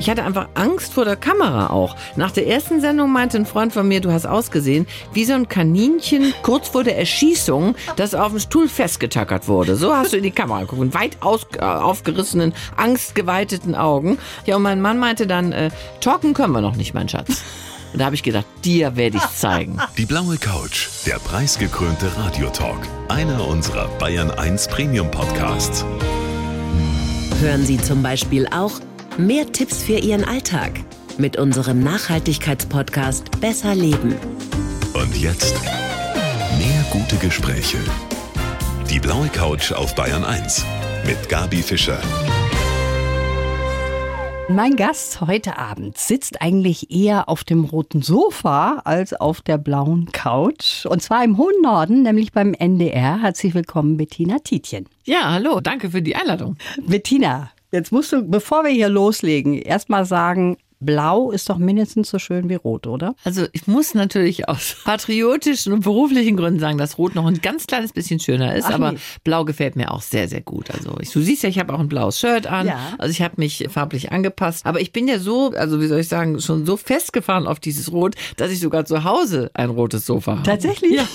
Ich hatte einfach Angst vor der Kamera auch. Nach der ersten Sendung meinte ein Freund von mir, du hast ausgesehen wie so ein Kaninchen kurz vor der Erschießung, das auf dem Stuhl festgetackert wurde. So hast du in die Kamera geguckt, mit weit aufgerissenen, angstgeweiteten Augen. Ja, und mein Mann meinte dann, talken können wir noch nicht, mein Schatz. Und da habe ich gedacht, dir werde ich zeigen. Die blaue Couch, der preisgekrönte Radiotalk. Einer unserer Bayern 1 Premium Podcasts. Hören Sie zum Beispiel auch mehr Tipps für Ihren Alltag mit unserem Nachhaltigkeitspodcast Besser Leben. Und jetzt mehr gute Gespräche. Die blaue Couch auf Bayern 1 mit Gabi Fischer. Mein Gast heute Abend sitzt eigentlich eher auf dem roten Sofa als auf der blauen Couch. Und zwar im hohen Norden, nämlich beim NDR. Herzlich willkommen, Bettina Tietjen. Ja, hallo, danke für die Einladung. Bettina, jetzt musst du, bevor wir hier loslegen, erstmal sagen, Blau ist doch mindestens so schön wie Rot, oder? Also ich muss natürlich aus patriotischen und beruflichen Gründen sagen, dass Rot noch ein ganz kleines bisschen schöner ist, aber Blau gefällt mir auch sehr, sehr gut. Also du siehst ja, ich habe auch ein blaues Shirt an, also ich habe mich farblich angepasst, aber ich bin ja so, also wie soll ich sagen, schon so festgefahren auf dieses Rot, dass ich sogar zu Hause ein rotes Sofa habe. Tatsächlich? Ja.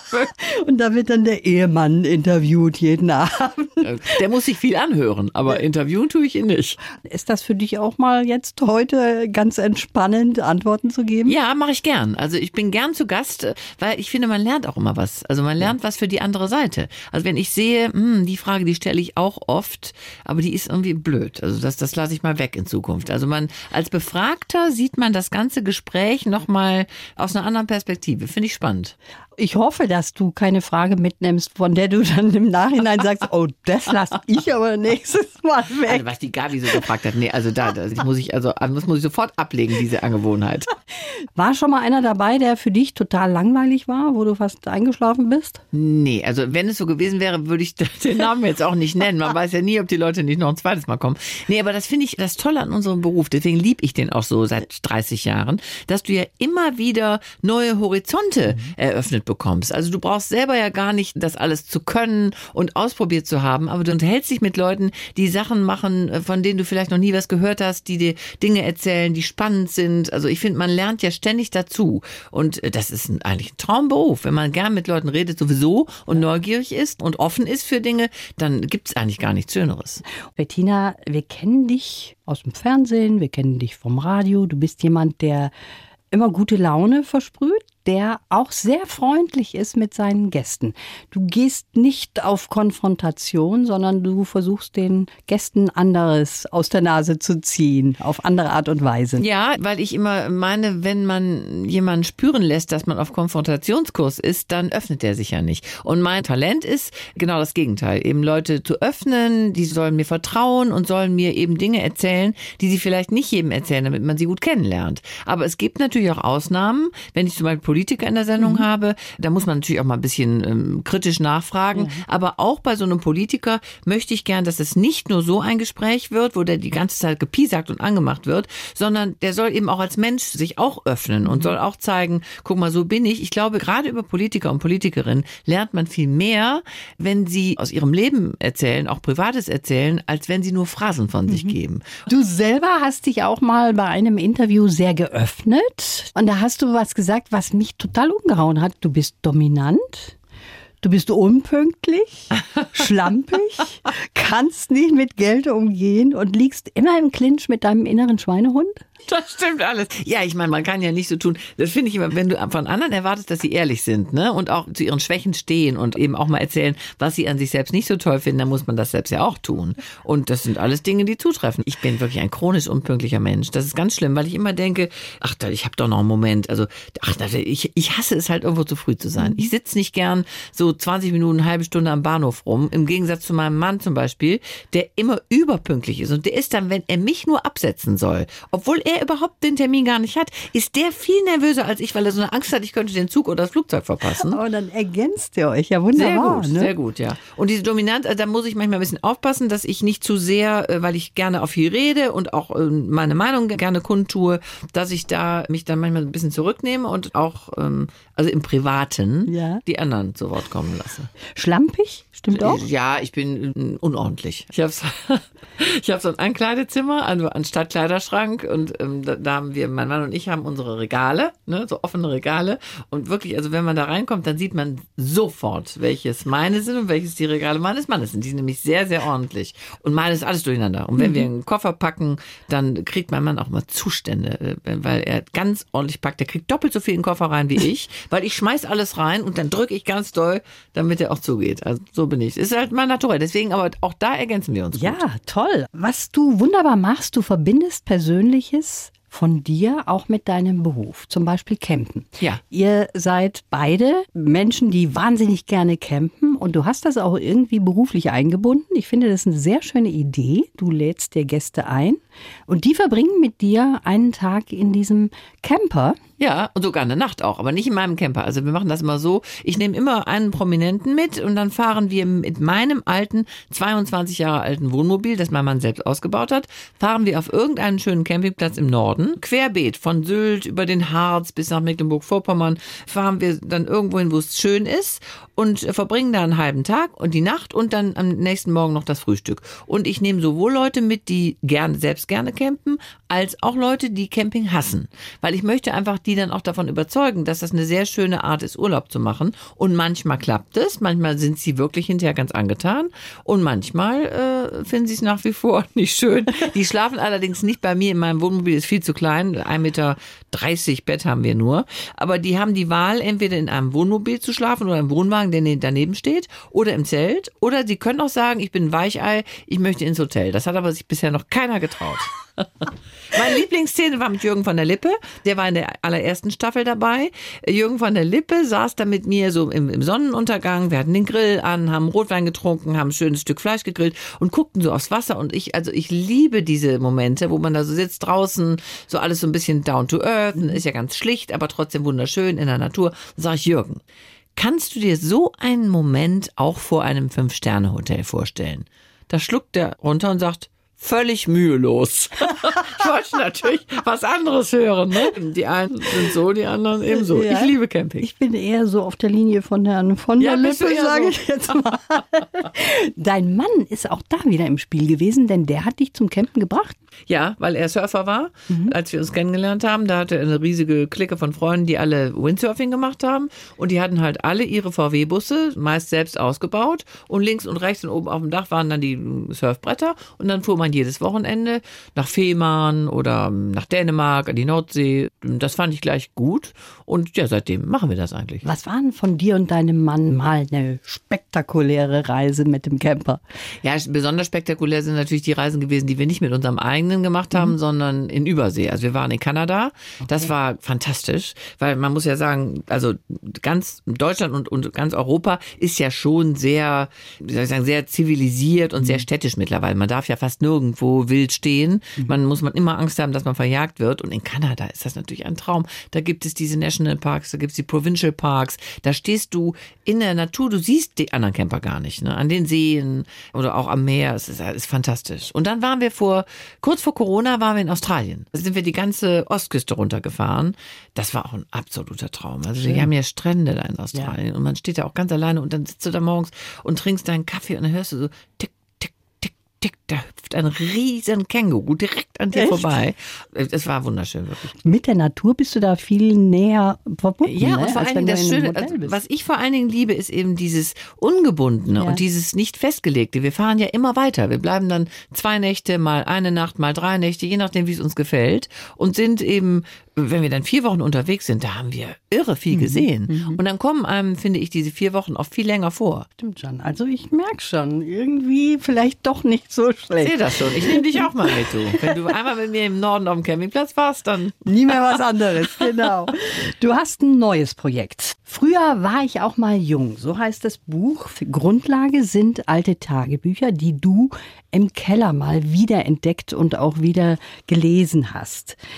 Und da wird dann der Ehemann interviewt jeden Abend. Der muss sich viel anhören, aber interviewen tue ich ihn nicht. Ist das für dich auch mal jetzt heute ganz entspannend Antworten zu geben? Ja, mache ich gern. Also ich bin gern zu Gast, weil ich finde, man lernt auch immer was. Also man lernt was für die andere Seite. Also wenn ich sehe, die Frage, die stelle ich auch oft, aber die ist irgendwie blöd. Also das lasse ich mal weg in Zukunft. Also man als Befragter sieht man das ganze Gespräch nochmal aus einer anderen Perspektive. Finde ich spannend. Ich hoffe, dass du keine Frage mitnimmst, von der du dann im Nachhinein sagst, oh, das lasse ich aber nächstes Mal weg. Also was die Gabi so gefragt hat, nee, also das muss ich sofort ablegen, diese Angewohnheit. War schon mal einer dabei, der für dich total langweilig war, wo du fast eingeschlafen bist? Nee, also wenn es so gewesen wäre, würde ich den Namen jetzt auch nicht nennen. Man weiß ja nie, ob die Leute nicht noch ein zweites Mal kommen. Nee, aber das finde ich das Tolle an unserem Beruf, deswegen liebe ich den auch so seit 30 Jahren, dass du ja immer wieder neue Horizonte eröffnet bekommst. Also du brauchst selber ja gar nicht das alles zu können und ausprobiert zu haben, aber du unterhältst dich mit Leuten, die Sachen machen, von denen du vielleicht noch nie was gehört hast, die dir Dinge erzählen, die spannend sind. Also ich finde, man lernt ja ständig dazu und das ist eigentlich ein Traumberuf. Wenn man gern mit Leuten redet sowieso und neugierig ist und offen ist für Dinge, dann gibt es eigentlich gar nichts Schöneres. Bettina, wir kennen dich aus dem Fernsehen, wir kennen dich vom Radio. Du bist jemand, der immer gute Laune versprüht, der auch sehr freundlich ist mit seinen Gästen. Du gehst nicht auf Konfrontation, sondern du versuchst den Gästen anderes aus der Nase zu ziehen, auf andere Art und Weise. Ja, weil ich immer meine, wenn man jemanden spüren lässt, dass man auf Konfrontationskurs ist, dann öffnet er sich ja nicht. Und mein Talent ist genau das Gegenteil, eben Leute zu öffnen, die sollen mir vertrauen und sollen mir eben Dinge erzählen, die sie vielleicht nicht jedem erzählen, damit man sie gut kennenlernt. Aber es gibt natürlich auch Ausnahmen, wenn ich zum Beispiel Politiker in der Sendung habe, da muss man natürlich auch mal ein bisschen kritisch nachfragen. Aber auch bei so einem Politiker möchte ich gern, dass es nicht nur so ein Gespräch wird, wo der die ganze Zeit gepiesackt und angemacht wird, sondern der soll eben auch als Mensch sich auch öffnen und soll auch zeigen, guck mal, so bin ich. Ich glaube, gerade über Politiker und Politikerinnen lernt man viel mehr, wenn sie aus ihrem Leben erzählen, auch Privates erzählen, als wenn sie nur Phrasen von sich geben. Du selber hast dich auch mal bei einem Interview sehr geöffnet und da hast du was gesagt, was mich total umgehauen hat. Du bist dominant, du bist unpünktlich, schlampig, kannst nicht mit Geld umgehen und liegst immer im Clinch mit deinem inneren Schweinehund? Das stimmt alles. Ja, ich meine, man kann ja nicht so tun. Das finde ich immer, wenn du von anderen erwartest, dass sie ehrlich sind, ne, und auch zu ihren Schwächen stehen und eben auch mal erzählen, was sie an sich selbst nicht so toll finden, dann muss man das selbst ja auch tun. Und das sind alles Dinge, die zutreffen. Ich bin wirklich ein chronisch unpünktlicher Mensch. Das ist ganz schlimm, weil ich immer denke, ich habe doch noch einen Moment. Also, ich hasse es halt irgendwo zu früh zu sein. Ich sitze nicht gern so 20 Minuten, eine halbe Stunde am Bahnhof rum. Im Gegensatz zu meinem Mann zum Beispiel, der immer überpünktlich ist. Und der ist dann, wenn er mich nur absetzen soll, obwohl er überhaupt den Termin gar nicht hat, ist der viel nervöser als ich, weil er so eine Angst hat, ich könnte den Zug oder das Flugzeug verpassen. Aber dann ergänzt ihr euch ja wunderbar. Sehr gut, ja. Und diese Dominanz, da muss ich manchmal ein bisschen aufpassen, dass ich nicht zu sehr, weil ich gerne auch viel rede und auch meine Meinung gerne kundtue, dass ich da mich dann manchmal ein bisschen zurücknehme und auch also im Privaten, Ja. die anderen zu Wort kommen lasse. Schlampig? Stimmt auch? Ja, ich bin unordentlich. Ich habe so ein Ankleidezimmer, also einen Stadtkleiderschrank und da haben wir, mein Mann und ich haben unsere Regale, ne, so offene Regale und wirklich, also wenn man da reinkommt, dann sieht man sofort, welches meine sind und welches die Regale meines Mannes sind. Die sind nämlich sehr, sehr ordentlich und meine ist alles durcheinander. Und wenn wir einen Koffer packen, dann kriegt mein Mann auch mal Zustände, weil er ganz ordentlich packt. Der kriegt doppelt so viel in den Koffer rein wie ich, weil ich schmeiß alles rein und dann drücke ich ganz doll, damit er auch zugeht. Also so bin ich. Ist halt mein Naturell. Deswegen, aber auch da ergänzen wir uns gut. Ja, toll. Was du wunderbar machst, du verbindest Persönliches von dir auch mit deinem Beruf, zum Beispiel Campen. Ja. Ihr seid beide Menschen, die wahnsinnig gerne campen und du hast das auch irgendwie beruflich eingebunden. Ich finde, das ist eine sehr schöne Idee. Du lädst dir Gäste ein und die verbringen mit dir einen Tag in diesem Camper. Ja, und sogar eine Nacht auch, aber nicht in meinem Camper. Also wir machen das immer so, ich nehme immer einen Prominenten mit und dann fahren wir mit meinem alten, 22 Jahre alten Wohnmobil, das mein Mann selbst ausgebaut hat, fahren wir auf irgendeinen schönen Campingplatz im Norden, querbeet, von Sylt über den Harz bis nach Mecklenburg-Vorpommern, fahren wir dann irgendwo hin, wo es schön ist und verbringen da einen halben Tag und die Nacht und dann am nächsten Morgen noch das Frühstück. Und ich nehme sowohl Leute mit, die selbst gerne campen, als auch Leute, die Camping hassen. Weil ich möchte einfach die dann auch davon überzeugen, dass das eine sehr schöne Art ist, Urlaub zu machen. Und manchmal klappt es, manchmal sind sie wirklich hinterher ganz angetan und manchmal finden sie es nach wie vor nicht schön. Die schlafen allerdings nicht bei mir in meinem Wohnmobil, ist viel zu klein, 1,30 Meter Bett haben wir nur. Aber die haben die Wahl, entweder in einem Wohnmobil zu schlafen oder im Wohnwagen, der daneben steht, oder im Zelt. Oder sie können auch sagen, ich bin ein Weichei, ich möchte ins Hotel. Das hat aber sich bisher noch keiner getraut. Meine Lieblingsszene war mit Jürgen von der Lippe. Der war in der allerersten Staffel dabei. Jürgen von der Lippe saß da mit mir so im Sonnenuntergang. Wir hatten den Grill an, haben Rotwein getrunken, haben ein schönes Stück Fleisch gegrillt und guckten so aufs Wasser. Und ich liebe diese Momente, wo man da so sitzt draußen, so alles so ein bisschen down to earth. Ist ja ganz schlicht, aber trotzdem wunderschön in der Natur. Dann sage ich, Jürgen, kannst du dir so einen Moment auch vor einem 5-Sterne-Hotel vorstellen? Da schluckt der runter und sagt, völlig mühelos. Ich wollte natürlich was anderes hören. Ne? Die einen sind so, die anderen ebenso. Ja. Ich liebe Camping. Ich bin eher so auf der Linie von Herrn von der bist du Lippe, eher sage so. ich jetzt mal. Dein Mann ist auch da wieder im Spiel gewesen, denn der hat dich zum Campen gebracht. Ja, weil er Surfer war, als wir uns kennengelernt haben. Da hatte er eine riesige Clique von Freunden, die alle Windsurfing gemacht haben. Und die hatten halt alle ihre VW-Busse, meist selbst ausgebaut. Und links und rechts und oben auf dem Dach waren dann die Surfbretter. Und dann fuhr man jedes Wochenende nach Fehmarn oder nach Dänemark, an die Nordsee. Das fand ich gleich gut. Und ja, seitdem machen wir das eigentlich. Was war denn von dir und deinem Mann mal eine spektakuläre Reise mit dem Camper? Ja, besonders spektakulär sind natürlich die Reisen gewesen, die wir nicht mit unserem eigenen gemacht haben, sondern in Übersee. Also wir waren in Kanada. Okay. Das war fantastisch, weil man muss ja sagen, also ganz Deutschland und ganz Europa ist ja schon sehr, wie soll ich sagen, sehr zivilisiert und sehr städtisch mittlerweile. Man darf ja fast nirgendwo wild stehen. Man muss immer Angst haben, dass man verjagt wird. Und in Kanada ist das natürlich ein Traum. Da gibt es diese Nationalparks, da gibt es die Provincial Parks. Da stehst du in der Natur, du siehst die anderen Camper gar nicht, ne? An den Seen oder auch am Meer. Es ist fantastisch. Und dann waren wir kurz vor Corona waren wir in Australien. Da sind wir die ganze Ostküste runtergefahren. Das war auch ein absoluter Traum. Also wir haben ja Strände da in Australien und man steht da auch ganz alleine und dann sitzt du da morgens und trinkst deinen Kaffee und dann hörst du so tick, tick, tick, tick. Da hüpft ein riesen Känguru direkt an dir vorbei. Es war wunderschön, wirklich. Mit der Natur bist du da viel näher verbunden. Ja, und ne? vor allen Dingen das Schöne, was ich vor allen Dingen liebe, ist eben dieses Ungebundene und dieses nicht Festgelegte. Wir fahren ja immer weiter. Wir bleiben dann 2 Nächte, mal eine Nacht, mal 3 Nächte, je nachdem, wie es uns gefällt und sind eben, wenn wir dann 4 Wochen unterwegs sind, da haben wir irre viel gesehen. Und dann kommen einem, finde ich, diese 4 Wochen auch viel länger vor. Stimmt schon. Also ich merke schon, irgendwie vielleicht doch nicht so schlecht. Ich sehe das schon. Ich nehme dich auch mal mit, du. Wenn du einmal mit mir im Norden auf dem Campingplatz warst, dann nie mehr was anderes, genau. Du hast ein neues Projekt. Früher war ich auch mal jung, so heißt das Buch. Grundlage sind alte Tagebücher, die du im Keller mal wiederentdeckt und auch wieder gelesen hast.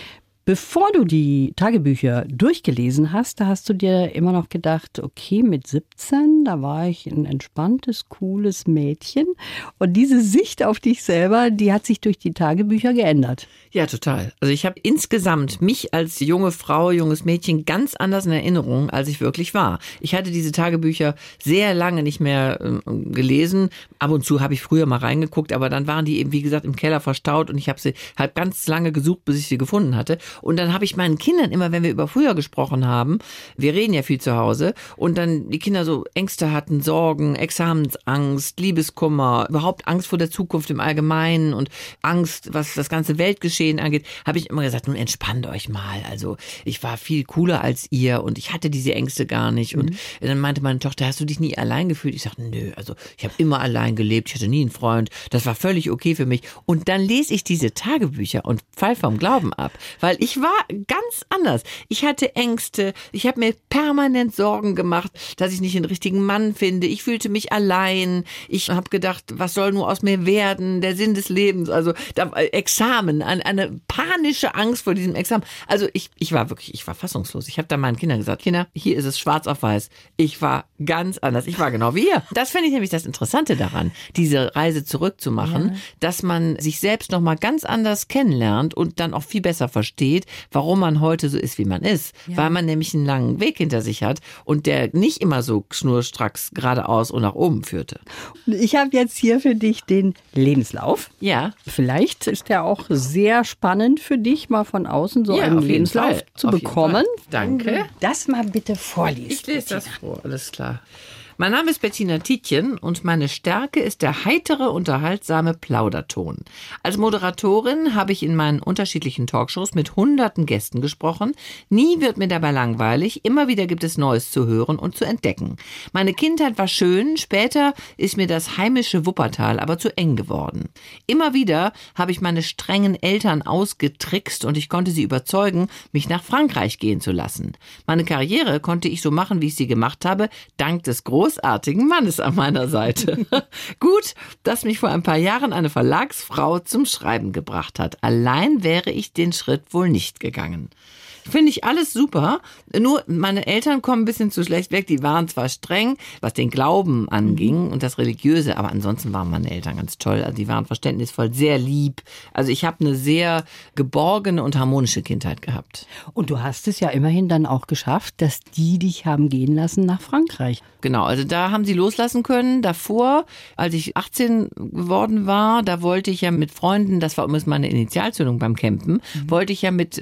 Bevor du die Tagebücher durchgelesen hast, da hast du dir immer noch gedacht, okay, mit 17, da war ich ein entspanntes, cooles Mädchen. Und diese Sicht auf dich selber, die hat sich durch die Tagebücher geändert. Ja, total. Also ich habe insgesamt mich als junge Frau, junges Mädchen ganz anders in Erinnerung, als ich wirklich war. Ich hatte diese Tagebücher sehr lange nicht mehr gelesen. Ab und zu habe ich früher mal reingeguckt, aber dann waren die eben, wie gesagt, im Keller verstaut und ich habe sie halt ganz lange gesucht, bis ich sie gefunden hatte. Und dann habe ich meinen Kindern immer, wenn wir über früher gesprochen haben, wir reden ja viel zu Hause, und dann die Kinder so Ängste hatten, Sorgen, Examensangst, Liebeskummer, überhaupt Angst vor der Zukunft im Allgemeinen und Angst, was das ganze Weltgeschehen angeht, habe ich immer gesagt, nun entspannt euch mal. Also ich war viel cooler als ihr und ich hatte diese Ängste gar nicht. Und dann meinte meine Tochter, hast du dich nie allein gefühlt? Ich sagte, nö, also ich habe immer allein gelebt, ich hatte nie einen Freund, das war völlig okay für mich. Und dann lese ich diese Tagebücher und fall vom Glauben ab, weil ich war ganz anders. Ich hatte Ängste, ich habe mir permanent Sorgen gemacht, dass ich nicht den richtigen Mann finde. Ich fühlte mich allein. Ich habe gedacht, was soll nur aus mir werden? Der Sinn des Lebens, also Examen, eine panische Angst vor diesem Examen. Also ich war fassungslos. Ich habe dann meinen Kindern gesagt, Kinder, hier ist es schwarz auf weiß. Ich war ganz anders. Ich war genau wie ihr. Das finde ich nämlich das Interessante daran, diese Reise zurückzumachen, dass man sich selbst nochmal ganz anders kennenlernt und dann auch viel besser versteht, warum man heute so ist, wie man ist. Ja. Weil man nämlich einen langen Weg hinter sich hat und der nicht immer so schnurstracks geradeaus und nach oben führte. Ich habe jetzt hier für dich den Lebenslauf. Ja. Vielleicht ist der auch sehr spannend für dich, mal von außen so einen Lebenslauf zu bekommen. Danke. Das mal bitte vorliest. Ich lese das vor, alles klar. Mein Name ist Bettina Tietjen und meine Stärke ist der heitere, unterhaltsame Plauderton. Als Moderatorin habe ich in meinen unterschiedlichen Talkshows mit hunderten Gästen gesprochen. Nie wird mir dabei langweilig, immer wieder gibt es Neues zu hören und zu entdecken. Meine Kindheit war schön, später ist mir das heimische Wuppertal aber zu eng geworden. Immer wieder habe ich meine strengen Eltern ausgetrickst und ich konnte sie überzeugen, mich nach Frankreich gehen zu lassen. Meine Karriere konnte ich so machen, wie ich sie gemacht habe, dank des großartigen Mannes an meiner Seite. Gut, dass mich vor ein paar Jahren eine Verlagsfrau zum Schreiben gebracht hat. Allein wäre ich den Schritt wohl nicht gegangen. Finde ich alles super, nur meine Eltern kommen ein bisschen zu schlecht weg. Die waren zwar streng, was den Glauben anging und das Religiöse, aber ansonsten waren meine Eltern ganz toll. Also die waren verständnisvoll, sehr lieb. Also ich habe eine sehr geborgene und harmonische Kindheit gehabt. Und du hast es ja immerhin dann auch geschafft, dass die dich haben gehen lassen nach Frankreich. Genau, also da haben sie loslassen können. Davor, als ich 18 geworden war, da wollte ich ja mit Freunden, das war übrigens meine Initialzündung beim Campen, wollte ich ja mit,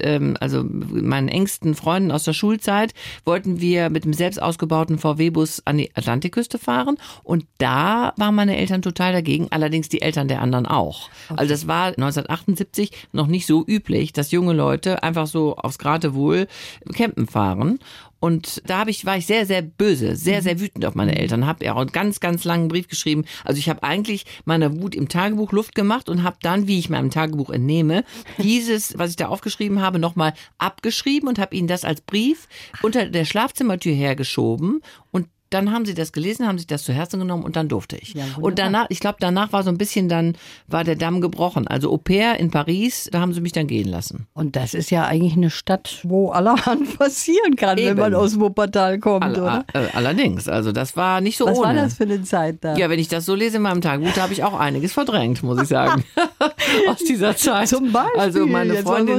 meinen engsten Freunden aus der Schulzeit, wollten wir mit einem selbst ausgebauten VW-Bus an die Atlantikküste fahren und da waren meine Eltern total dagegen, allerdings die Eltern der anderen auch. Okay. Also das war 1978 noch nicht so üblich, dass junge Leute einfach so aufs Geratewohl campen fahren. Und da war ich sehr, sehr böse, sehr, sehr wütend auf meine Eltern. Habe ja auch einen ganz, ganz langen Brief geschrieben. Also ich habe eigentlich meiner Wut im Tagebuch Luft gemacht und habe dann, wie ich meinem Tagebuch entnehme, dieses, was ich da aufgeschrieben habe, nochmal abgeschrieben und habe ihnen das als Brief unter der Schlafzimmertür hergeschoben. Und dann haben sie das gelesen, haben sich das zu Herzen genommen und dann durfte ich. Ja, und danach, ich glaube, danach war so ein bisschen, dann war der Damm gebrochen. Also Au pair in Paris, da haben sie mich dann gehen lassen. Und das ist ja eigentlich eine Stadt, wo allerhand passieren kann, wenn man aus Wuppertal kommt, oder? Allerdings, also das war nicht so Was ohne. Was war das für eine Zeit da? Ja, wenn ich das so lese in meinem Tagebuch, da habe ich auch einiges verdrängt, muss ich sagen. Aus dieser Zeit. Zum Beispiel, also meine Freundin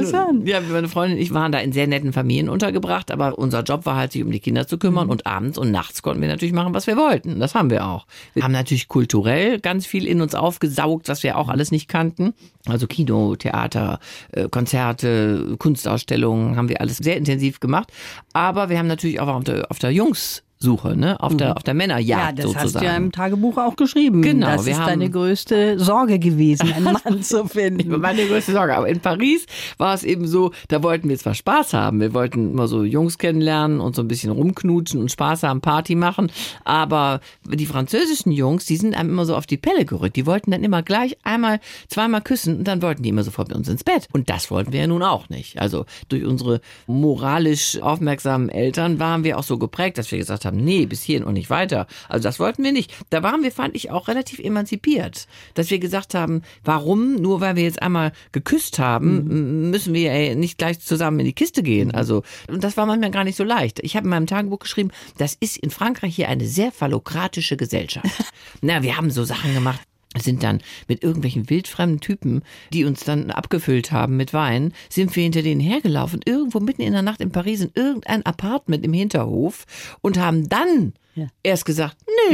und ich waren da in sehr netten Familien untergebracht, aber unser Job war halt, sich um die Kinder zu kümmern und abends und nachts konnten wir natürlich machen, was wir wollten. Das haben wir auch. Wir haben natürlich kulturell ganz viel in uns aufgesaugt, was wir auch alles nicht kannten. Also Kino, Theater, Konzerte, Kunstausstellungen haben wir alles sehr intensiv gemacht. Aber wir haben natürlich auch auf der Jungs-Suche, ne? Auf der Männerjagd sozusagen. Ja, das hast du ja im Tagebuch auch geschrieben. Genau. Das ist deine größte Sorge gewesen, einen Mann zu finden. Meine größte Sorge. Aber in Paris war es eben so, da wollten wir zwar Spaß haben. Wir wollten immer so Jungs kennenlernen und so ein bisschen rumknutschen und Spaß haben, Party machen. Aber die französischen Jungs, die sind einem immer so auf die Pelle gerückt. Die wollten dann immer gleich zweimal küssen und dann wollten die immer sofort mit uns ins Bett. Und das wollten wir ja nun auch nicht. Also durch unsere moralisch aufmerksamen Eltern waren wir auch so geprägt, dass wir gesagt haben, haben, nee, bis hierhin und nicht weiter. Also das wollten wir nicht. Da waren wir, fand ich, auch relativ emanzipiert. Dass wir gesagt haben, warum, nur weil wir jetzt einmal geküsst haben, müssen wir nicht gleich zusammen in die Kiste gehen. Also, und das war manchmal gar nicht so leicht. Ich habe in meinem Tagebuch geschrieben, das ist in Frankreich hier eine sehr phallokratische Gesellschaft. Na, wir haben so Sachen gemacht. Sind dann mit irgendwelchen wildfremden Typen, die uns dann abgefüllt haben mit Wein, sind wir hinter denen hergelaufen, irgendwo mitten in der Nacht in Paris in irgendein Apartment im Hinterhof und haben dann erst gesagt,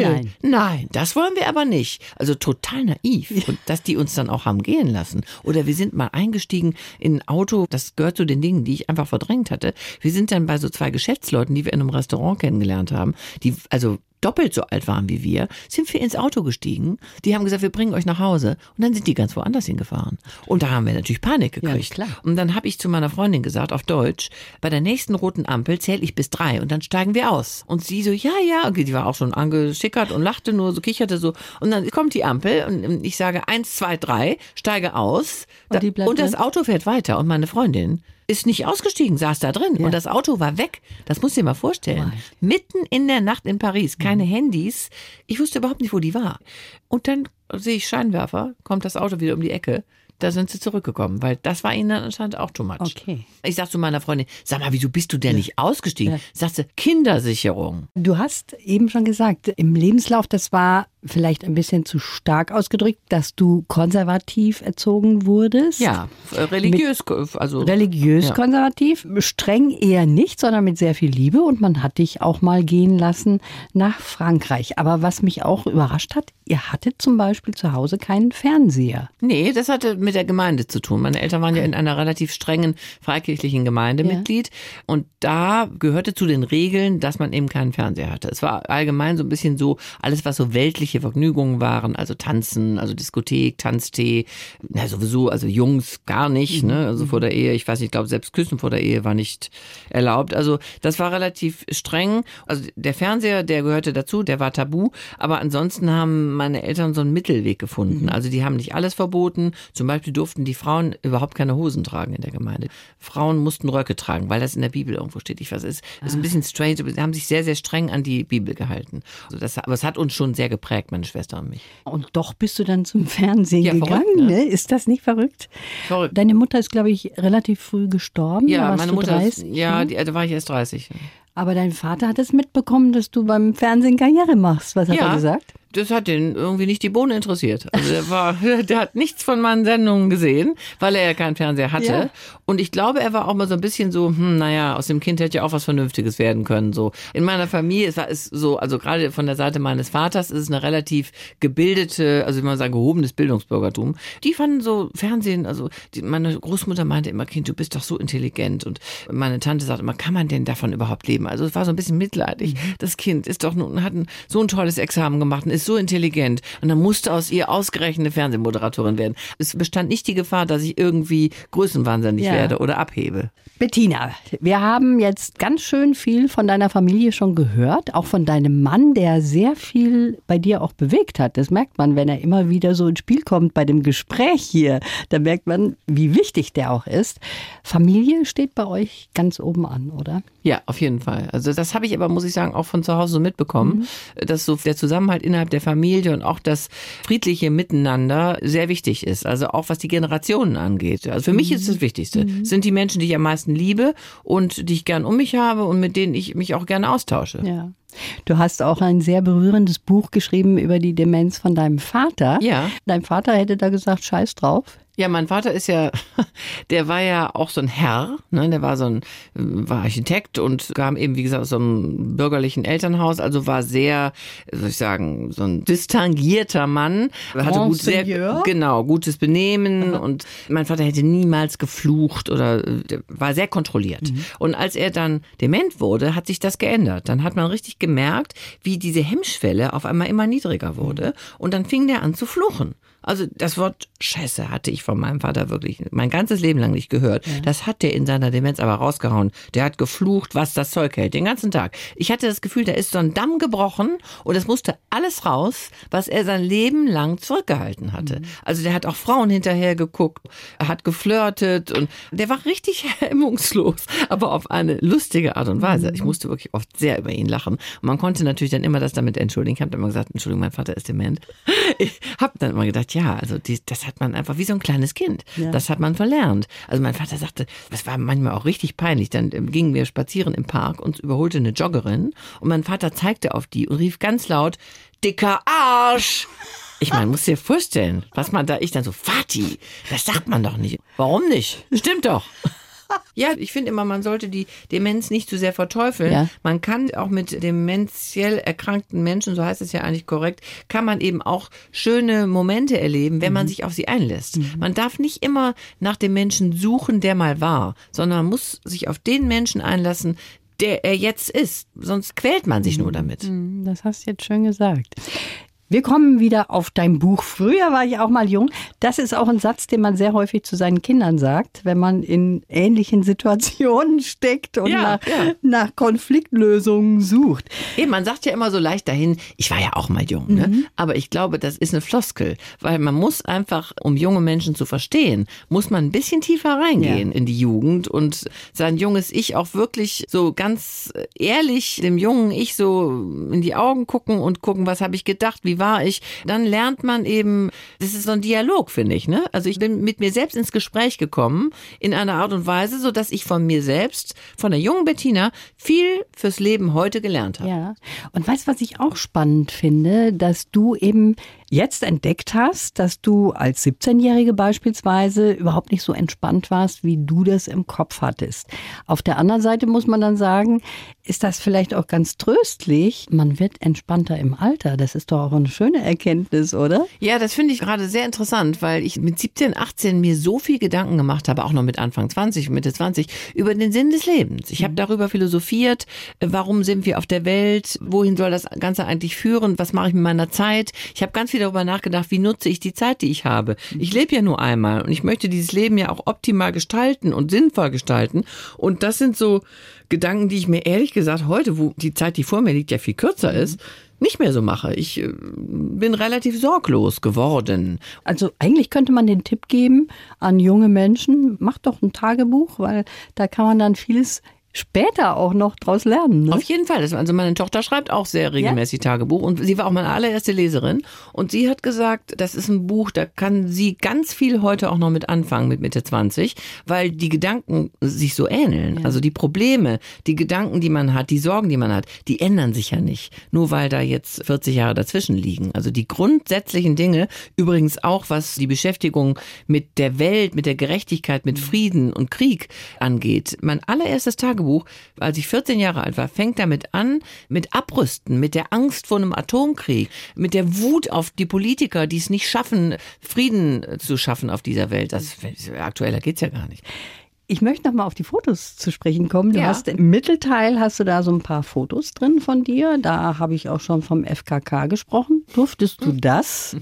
nein, das wollen wir aber nicht. Also total naiv. Und dass die uns dann auch haben gehen lassen. Oder wir sind mal eingestiegen in ein Auto, das gehört zu den Dingen, die ich einfach verdrängt hatte. Wir sind dann bei so 2 Geschäftsleuten, die wir in einem Restaurant kennengelernt haben, die also doppelt so alt waren wie wir, sind wir ins Auto gestiegen. Die haben gesagt, wir bringen euch nach Hause. Und dann sind die ganz woanders hingefahren. Und da haben wir natürlich Panik gekriegt. Ja, klar. Und dann habe ich zu meiner Freundin gesagt, auf Deutsch, bei der nächsten roten Ampel zähle ich bis 3 und dann steigen wir aus. Und sie so, ja. Okay, die war auch schon angeschickert und lachte nur, so kicherte so. Und dann kommt die Ampel und ich sage 1, 2, 3, steige aus. Und das Auto fährt weiter. Und meine Freundin ist nicht ausgestiegen, saß da drin. Ja. Und das Auto war weg. Das musst du dir mal vorstellen. Right. Mitten in der Nacht in Paris, keine Handys. Ich wusste überhaupt nicht, wo die war. Und dann sehe ich Scheinwerfer, kommt das Auto wieder um die Ecke. Da sind sie zurückgekommen, weil das war ihnen dann anscheinend auch too much. Okay. Ich sag zu meiner Freundin, sag mal, wieso bist du denn nicht ausgestiegen? Ja. Sagt sie, Kindersicherung. Du hast eben schon gesagt, im Lebenslauf, das war vielleicht ein bisschen zu stark ausgedrückt, dass du konservativ erzogen wurdest. Ja, religiös. Religiös konservativ, streng eher nicht, sondern mit sehr viel Liebe. Und man hat dich auch mal gehen lassen nach Frankreich. Aber was mich auch überrascht hat, ihr hattet zum Beispiel zu Hause keinen Fernseher. Nee, das hatte mit der Gemeinde zu tun. Meine Eltern waren ja in einer relativ strengen freikirchlichen Gemeinde Mitglied. Und da gehörte zu den Regeln, dass man eben keinen Fernseher hatte. Es war allgemein so ein bisschen so, alles was so weltliche Vergnügungen waren, also Tanzen, also Diskothek, Tanztee, na sowieso, also Jungs gar nicht, ne, also vor der Ehe, ich weiß nicht, ich glaube selbst Küssen vor der Ehe war nicht erlaubt, also das war relativ streng, also der Fernseher, der gehörte dazu, der war tabu, aber ansonsten haben meine Eltern so einen Mittelweg gefunden, also die haben nicht alles verboten, zum Beispiel durften die Frauen überhaupt keine Hosen tragen in der Gemeinde, Frauen mussten Röcke tragen, weil das in der Bibel irgendwo steht, ich weiß, es ist ein bisschen strange, aber sie haben sich sehr, sehr streng an die Bibel gehalten, also aber es hat uns schon sehr geprägt, meine Schwester und mich. Und doch bist du dann zum Fernsehen gegangen, verrückt, ne? Ist das nicht verrückt? Verrückt. Deine Mutter ist, glaube ich, relativ früh gestorben. Ja, meine Mutter 30, da war ich erst 30. Aber dein Vater hat es mitbekommen, dass du beim Fernsehen Karriere machst. Was hat er gesagt? Das hat den irgendwie nicht die Bohne interessiert. Also der hat nichts von meinen Sendungen gesehen, weil er ja keinen Fernseher hatte. Ja. Und ich glaube, er war auch mal so ein bisschen so, aus dem Kind hätte ja auch was Vernünftiges werden können. So in meiner Familie ist so, also gerade von der Seite meines Vaters ist es eine relativ gebildete, also wie man sagt, gehobenes Bildungsbürgertum. Die fanden so Fernsehen, also meine Großmutter meinte immer, Kind, du bist doch so intelligent. Und meine Tante sagte immer, kann man denn davon überhaupt leben? Also es war so ein bisschen mitleidig. Das Kind ist doch hat so ein tolles Examen gemacht und ist so intelligent. Und dann musste aus ihr ausgerechnet eine Fernsehmoderatorin werden. Es bestand nicht die Gefahr, dass ich irgendwie größenwahnsinnig werde oder abhebe. Bettina, wir haben jetzt ganz schön viel von deiner Familie schon gehört, auch von deinem Mann, der sehr viel bei dir auch bewegt hat. Das merkt man, wenn er immer wieder so ins Spiel kommt bei dem Gespräch hier. Da merkt man, wie wichtig der auch ist. Familie steht bei euch ganz oben an, oder? Ja, auf jeden Fall. Also das habe ich aber, muss ich sagen, auch von zu Hause so mitbekommen, dass so der Zusammenhalt innerhalb der Familie und auch das friedliche Miteinander sehr wichtig ist. Also auch was die Generationen angeht. Also für mich ist das Wichtigste. Sind die Menschen, die ich am meisten liebe und die ich gern um mich habe und mit denen ich mich auch gerne austausche. Ja. Du hast auch ein sehr berührendes Buch geschrieben über die Demenz von deinem Vater. Ja. Dein Vater hätte da gesagt, scheiß drauf. Ja, mein Vater ist ja, der war ja auch so ein Herr, ne? Der war war Architekt und kam eben, wie gesagt, aus so einem bürgerlichen Elternhaus, also war sehr, soll ich sagen, so ein distinguierter Mann. Hatte gutes Benehmen und mein Vater hätte niemals geflucht oder war sehr kontrolliert. Und als er dann dement wurde, hat sich das geändert. Dann hat man richtig gemerkt, wie diese Hemmschwelle auf einmal immer niedriger wurde und dann fing der an zu fluchen. Also das Wort Scheiße hatte ich von meinem Vater wirklich mein ganzes Leben lang nicht gehört. Ja. Das hat der in seiner Demenz aber rausgehauen. Der hat geflucht, was das Zeug hält, den ganzen Tag. Ich hatte das Gefühl, da ist so ein Damm gebrochen und es musste alles raus, was er sein Leben lang zurückgehalten hatte. Also der hat auch Frauen hinterher geguckt, er hat geflirtet und der war richtig hemmungslos, aber auf eine lustige Art und Weise. Ich musste wirklich oft sehr über ihn lachen. Und man konnte natürlich dann immer das damit entschuldigen. Ich habe dann immer gesagt, Entschuldigung, mein Vater ist dement. Ich habe dann immer gedacht, ja, also das hat man einfach wie so ein kleines Kind. Ja. Das hat man verlernt. Also mein Vater sagte, das war manchmal auch richtig peinlich. Dann gingen wir spazieren im Park und überholte eine Joggerin und mein Vater zeigte auf die und rief ganz laut, dicker Arsch! Ich meine, musst dir vorstellen, was man da, ich dann so, Vati, das sagt man doch nicht. Warum nicht? Stimmt doch. Ja, ich finde immer, man sollte die Demenz nicht zu sehr verteufeln. Ja. Man kann auch mit dementiell erkrankten Menschen, so heißt es ja eigentlich korrekt, kann man eben auch schöne Momente erleben, wenn man sich auf sie einlässt. Man darf nicht immer nach dem Menschen suchen, der mal war, sondern man muss sich auf den Menschen einlassen, der er jetzt ist. Sonst quält man sich nur damit. Das hast du jetzt schön gesagt. Wir kommen wieder auf dein Buch. Früher war ich auch mal jung. Das ist auch ein Satz, den man sehr häufig zu seinen Kindern sagt, wenn man in ähnlichen Situationen steckt und nach Konfliktlösungen sucht. Eben, man sagt ja immer so leicht dahin, ich war ja auch mal jung, ne? Aber ich glaube, das ist eine Floskel, weil man muss einfach, um junge Menschen zu verstehen, muss man ein bisschen tiefer reingehen in die Jugend und sein junges Ich auch wirklich so ganz ehrlich dem jungen Ich so in die Augen gucken und gucken, was habe ich gedacht, wie war ich, dann lernt man eben, das ist so ein Dialog, finde ich, ne? Also ich bin mit mir selbst ins Gespräch gekommen, in einer Art und Weise, so dass ich von mir selbst, von der jungen Bettina, viel fürs Leben heute gelernt habe. Ja, und weißt du, was ich auch spannend finde, dass du eben jetzt entdeckt hast, dass du als 17-Jährige beispielsweise überhaupt nicht so entspannt warst, wie du das im Kopf hattest. Auf der anderen Seite muss man dann sagen, ist das vielleicht auch ganz tröstlich. Man wird entspannter im Alter. Das ist doch auch eine schöne Erkenntnis, oder? Ja, das finde ich gerade sehr interessant, weil ich mit 17, 18 mir so viel Gedanken gemacht habe, auch noch mit Anfang 20, Mitte 20, über den Sinn des Lebens. Ich habe darüber philosophiert, warum sind wir auf der Welt, wohin soll das Ganze eigentlich führen, was mache ich mit meiner Zeit. Ich habe ganz viel darüber nachgedacht, wie nutze ich die Zeit, die ich habe. Ich lebe ja nur einmal und ich möchte dieses Leben ja auch optimal gestalten und sinnvoll gestalten. Und das sind so Gedanken, die ich mir ehrlich gesagt heute, wo die Zeit, die vor mir liegt, ja viel kürzer ist, nicht mehr so mache. Ich bin relativ sorglos geworden. Also eigentlich könnte man den Tipp geben an junge Menschen, mach doch ein Tagebuch, weil da kann man dann vieles später auch noch draus lernen. Ne? Auf jeden Fall. Also meine Tochter schreibt auch sehr regelmäßig Tagebuch und sie war auch meine allererste Leserin und sie hat gesagt, das ist ein Buch, da kann sie ganz viel heute auch noch mit anfangen, mit Mitte 20, weil die Gedanken sich so ähneln. Ja. Also die Probleme, die Gedanken, die man hat, die Sorgen, die man hat, die ändern sich ja nicht. Nur weil da jetzt 40 Jahre dazwischen liegen. Also die grundsätzlichen Dinge, übrigens auch was die Beschäftigung mit der Welt, mit der Gerechtigkeit, mit Frieden und Krieg angeht. Mein allererstes Tagebuch, als ich 14 Jahre alt war, fängt damit an, mit Abrüsten, mit der Angst vor einem Atomkrieg, mit der Wut auf die Politiker, die es nicht schaffen, Frieden zu schaffen auf dieser Welt. Aktueller geht's ja gar nicht. Ich möchte noch mal auf die Fotos zu sprechen kommen. Du hast im Mittelteil hast du da so ein paar Fotos drin von dir. Da habe ich auch schon vom FKK gesprochen. Durftest du das?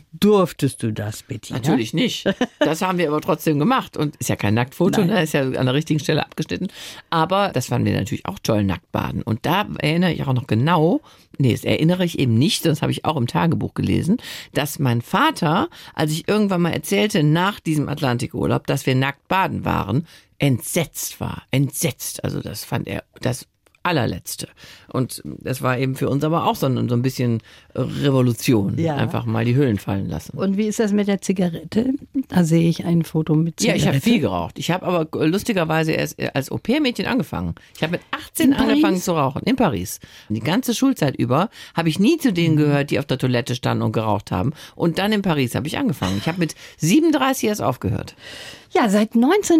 Bettina? Natürlich nicht. Das haben wir aber trotzdem gemacht. Und ist ja kein Nacktfoto, ne? Ist ja an der richtigen Stelle abgeschnitten. Aber das fanden wir natürlich auch toll, Nacktbaden. Und da erinnere ich auch noch genau, das erinnere ich eben nicht, das habe ich auch im Tagebuch gelesen, dass mein Vater, als ich irgendwann mal erzählte, nach diesem Atlantikurlaub, dass wir nackt baden waren, entsetzt war. Entsetzt. Also das fand er das allerletzte. Und das war eben für uns aber auch so ein bisschen Revolution. Ja. Einfach mal die Hüllen fallen lassen. Und wie ist das mit der Zigarette? Da sehe ich ein Foto mit Zigarette. Ja, ich habe viel geraucht. Ich habe aber lustigerweise erst als Au-pair-Mädchen angefangen. Ich habe mit 18 angefangen zu rauchen. In Paris. Die ganze Schulzeit über habe ich nie zu denen gehört, die auf der Toilette standen und geraucht haben. Und dann in Paris habe ich angefangen. Ich habe mit 37 erst aufgehört. Ja, seit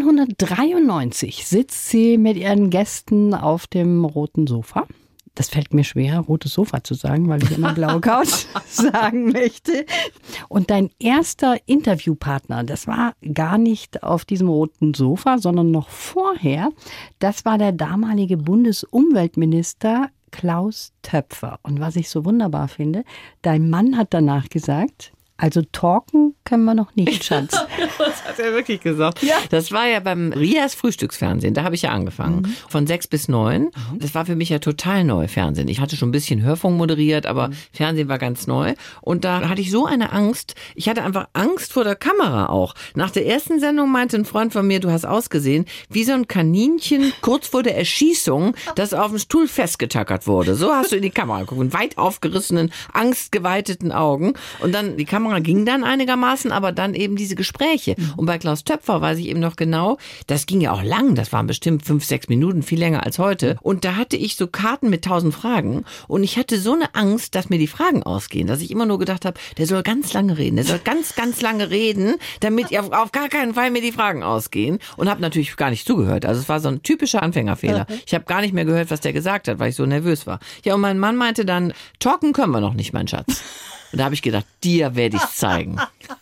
1993 sitzt sie mit ihren Gästen auf dem roten Sofa. Das fällt mir schwer, rotes Sofa zu sagen, weil ich immer blaue Couch sagen möchte. Und dein erster Interviewpartner, das war gar nicht auf diesem roten Sofa, sondern noch vorher. Das war der damalige Bundesumweltminister Klaus Töpfer. Und was ich so wunderbar finde, dein Mann hat danach gesagt, Also talken können wir noch nicht, Schatz. Das hat er wirklich gesagt. Ja. Das war ja beim Rias Frühstücksfernsehen, da habe ich ja angefangen. Von 6 bis 9. Das war für mich ja total neu, Fernsehen. Ich hatte schon ein bisschen Hörfunk moderiert, aber Fernsehen war ganz neu. Und da hatte ich so eine Angst. Ich hatte einfach Angst vor der Kamera auch. Nach der ersten Sendung meinte ein Freund von mir, du hast ausgesehen wie so ein Kaninchen kurz vor der Erschießung, das auf dem Stuhl festgetackert wurde. So hast du in die Kamera geguckt, mit weit aufgerissenen, angstgeweiteten Augen. Und dann, die Kamera ging dann einigermaßen, aber dann eben diese Gespräche. Und bei Klaus Töpfer weiß ich eben noch genau, das ging ja auch lang, das waren bestimmt 5, 6 Minuten, viel länger als heute. Und da hatte ich so Karten mit 1000 Fragen und ich hatte so eine Angst, dass mir die Fragen ausgehen, dass ich immer nur gedacht habe, der soll ganz lange reden, der soll ganz, ganz lange reden, damit auf gar keinen Fall mir die Fragen ausgehen. Und habe natürlich gar nicht zugehört. Also es war so ein typischer Anfängerfehler. Ich habe gar nicht mehr gehört, was der gesagt hat, weil ich so nervös war. Ja, und mein Mann meinte dann, talken können wir noch nicht, mein Schatz. Und da habe ich gedacht, dir werde ich es zeigen.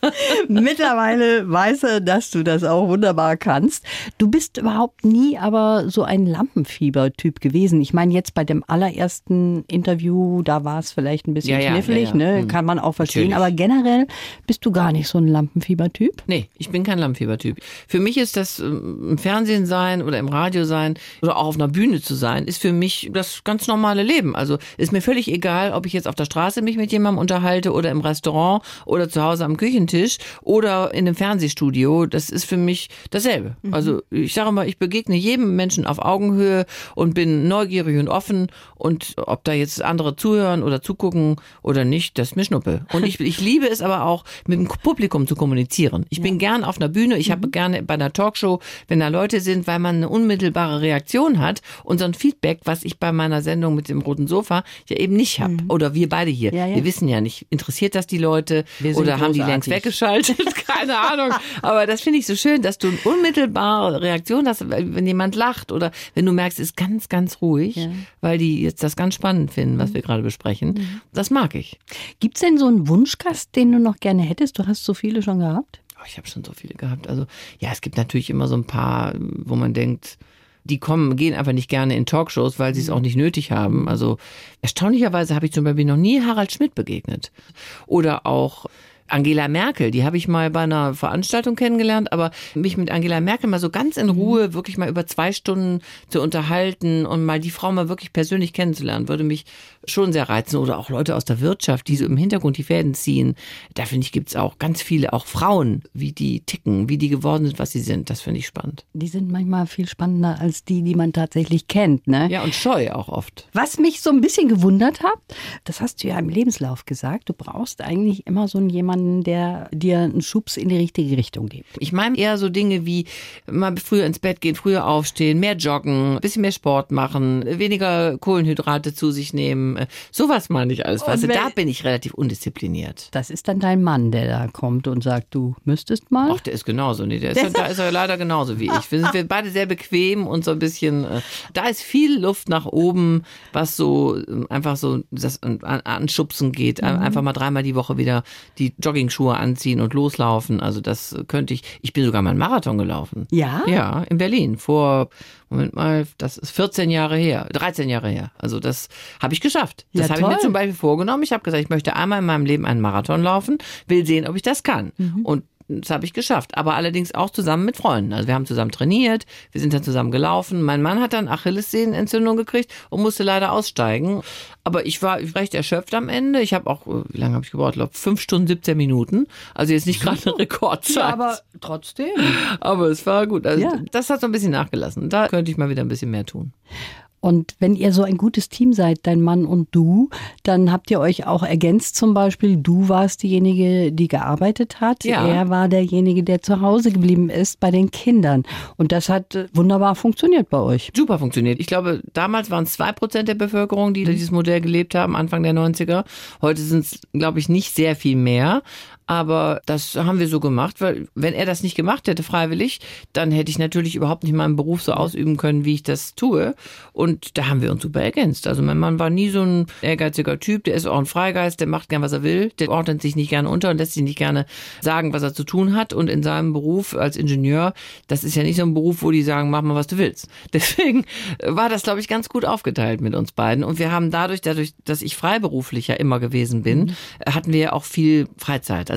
Mittlerweile weiß er, dass du das auch wunderbar kannst. Du bist überhaupt nie aber so ein Lampenfieber-Typ gewesen. Ich meine, jetzt bei dem allerersten Interview, da war es vielleicht ein bisschen knifflig, ne? Kann man auch verstehen. Natürlich. Aber generell bist du gar nicht so ein Lampenfieber-Typ? Nee, ich bin kein Lampenfieber-Typ. Für mich ist das im Fernsehen sein oder im Radio sein oder auch auf einer Bühne zu sein, ist für mich das ganz normale Leben. Also ist mir völlig egal, ob ich jetzt auf der Straße mich mit jemandem unterhalte oder im Restaurant oder zu Hause am Küchentisch oder in einem Fernsehstudio. Das ist für mich dasselbe. Also ich sage mal, ich begegne jedem Menschen auf Augenhöhe und bin neugierig und offen und ob da jetzt andere zuhören oder zugucken oder nicht, das ist mir Schnuppe. Und ich liebe es aber auch, mit dem Publikum zu kommunizieren. Ich bin gern auf einer Bühne, ich habe gerne bei einer Talkshow, wenn da Leute sind, weil man eine unmittelbare Reaktion hat und so ein Feedback, was ich bei meiner Sendung mit dem roten Sofa ja eben nicht habe. Oder wir beide hier. Ja. Wir wissen ja nicht, interessiert das die Leute oder haben die längst weggeschaltet? Keine Ahnung. Aber das finde ich so schön, dass du eine unmittelbare Reaktion hast, wenn jemand lacht oder wenn du merkst, es ist ganz, ganz ruhig, weil die jetzt das ganz spannend finden, was wir gerade besprechen. Das mag ich. Gibt es denn so einen Wunschgast, den du noch gerne hättest? Du hast so viele schon gehabt? Oh, ich habe schon so viele gehabt. Also ja, es gibt natürlich immer so ein paar, wo man denkt, die gehen einfach nicht gerne in Talkshows, weil sie es auch nicht nötig haben. Also erstaunlicherweise habe ich zum Beispiel noch nie Harald Schmidt begegnet. Oder auch Angela Merkel, die habe ich mal bei einer Veranstaltung kennengelernt, aber mich mit Angela Merkel mal so ganz in Ruhe wirklich mal über 2 Stunden zu unterhalten und mal die Frau mal wirklich persönlich kennenzulernen, würde mich schon sehr reizen. Oder auch Leute aus der Wirtschaft, die so im Hintergrund die Fäden ziehen. Da finde ich, gibt es auch ganz viele, auch Frauen, wie die ticken, wie die geworden sind, was sie sind. Das finde ich spannend. Die sind manchmal viel spannender als die man tatsächlich kennt, ne? Ja, und scheu auch oft. Was mich so ein bisschen gewundert hat, das hast du ja im Lebenslauf gesagt, du brauchst eigentlich immer so jemanden, der dir einen Schubs in die richtige Richtung gibt. Ich meine eher so Dinge wie mal früher ins Bett gehen, früher aufstehen, mehr joggen, ein bisschen mehr Sport machen, weniger Kohlenhydrate zu sich nehmen. Sowas meine ich alles. Weißt du, da bin ich relativ undiszipliniert. Das ist dann dein Mann, der da kommt und sagt, du müsstest mal? Ach, der ist genauso. Nee, da ist er leider genauso wie ich. Wir sind beide sehr bequem und so ein bisschen, da ist viel Luft nach oben, was so einfach so das Anschubsen geht. Einfach mal 3-mal die Woche wieder die Jogging-Schuhe anziehen und loslaufen. Also das könnte ich. Ich bin sogar mal einen Marathon gelaufen. Ja? Ja, in Berlin. Moment mal, das ist 13 Jahre her. Also das habe ich geschafft. Das habe ich mir zum Beispiel vorgenommen. Ich habe gesagt, ich möchte einmal in meinem Leben einen Marathon laufen, will sehen, ob ich das kann. Und das habe ich geschafft, aber allerdings auch zusammen mit Freunden. Also wir haben zusammen trainiert, wir sind dann zusammen gelaufen. Mein Mann hat dann Achillessehnenentzündung gekriegt und musste leider aussteigen. Aber ich war recht erschöpft am Ende. Ich habe auch, wie lange habe ich gebraucht? Ich glaube 5 Stunden, 17 Minuten. Also jetzt nicht gerade eine Rekordzeit. Ja, aber trotzdem. Aber es war gut. Also das hat so ein bisschen nachgelassen. Da könnte ich mal wieder ein bisschen mehr tun. Und wenn ihr so ein gutes Team seid, dein Mann und du, dann habt ihr euch auch ergänzt zum Beispiel. Du warst diejenige, die gearbeitet hat. Ja. Er war derjenige, der zu Hause geblieben ist bei den Kindern. Und das hat wunderbar funktioniert bei euch. Super funktioniert. Ich glaube, damals waren es 2% der Bevölkerung, die dieses Modell gelebt haben, Anfang der 90er. Heute sind es, glaube ich, nicht sehr viel mehr. Aber das haben wir so gemacht, weil wenn er das nicht gemacht hätte, freiwillig, dann hätte ich natürlich überhaupt nicht meinen Beruf so ausüben können, wie ich das tue. Und da haben wir uns super ergänzt. Also mein Mann war nie so ein ehrgeiziger Typ, der ist auch ein Freigeist, der macht gern, was er will, der ordnet sich nicht gerne unter und lässt sich nicht gerne sagen, was er zu tun hat. Und in seinem Beruf als Ingenieur, das ist ja nicht so ein Beruf, wo die sagen, mach mal, was du willst. Deswegen war das, glaube ich, ganz gut aufgeteilt mit uns beiden. Und wir haben dadurch, dass ich freiberuflich ja immer gewesen bin, hatten wir auch viel Freizeit. Also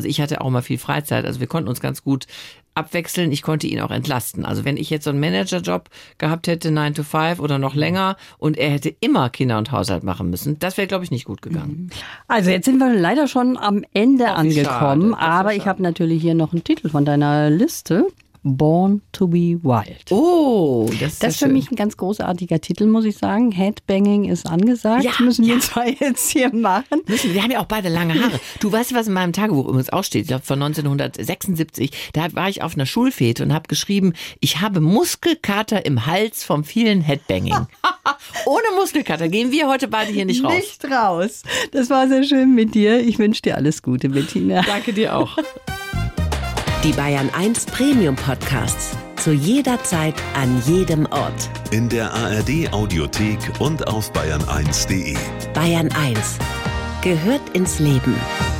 Also ich hatte auch mal viel Freizeit, also wir konnten uns ganz gut abwechseln. Ich konnte ihn auch entlasten. Also wenn ich jetzt so einen Managerjob gehabt hätte, 9 to 5 oder noch länger, und er hätte immer Kinder und Haushalt machen müssen, das wäre, glaube ich, nicht gut gegangen. Also jetzt sind wir leider schon am Ende angekommen, schade. aber ich habe natürlich hier noch einen Titel von deiner Liste. Born to be Wild. Oh, das ist für mich ein ganz großartiger Titel, muss ich sagen. Headbanging ist angesagt. Ja, müssen wir zwei jetzt hier machen. Wir haben ja auch beide lange Haare. Du weißt, was in meinem Tagebuch übrigens auch steht? Ich glaube, von 1976. Da war ich auf einer Schulfete und habe geschrieben, ich habe Muskelkater im Hals vom vielen Headbanging. Ohne Muskelkater gehen wir heute beide hier nicht raus. Nicht raus. Das war sehr schön mit dir. Ich wünsche dir alles Gute, Bettina. Danke dir auch. Die Bayern 1 Premium Podcasts. Zu jeder Zeit, an jedem Ort. In der ARD Audiothek und auf bayern1.de. Bayern 1 gehört ins Leben.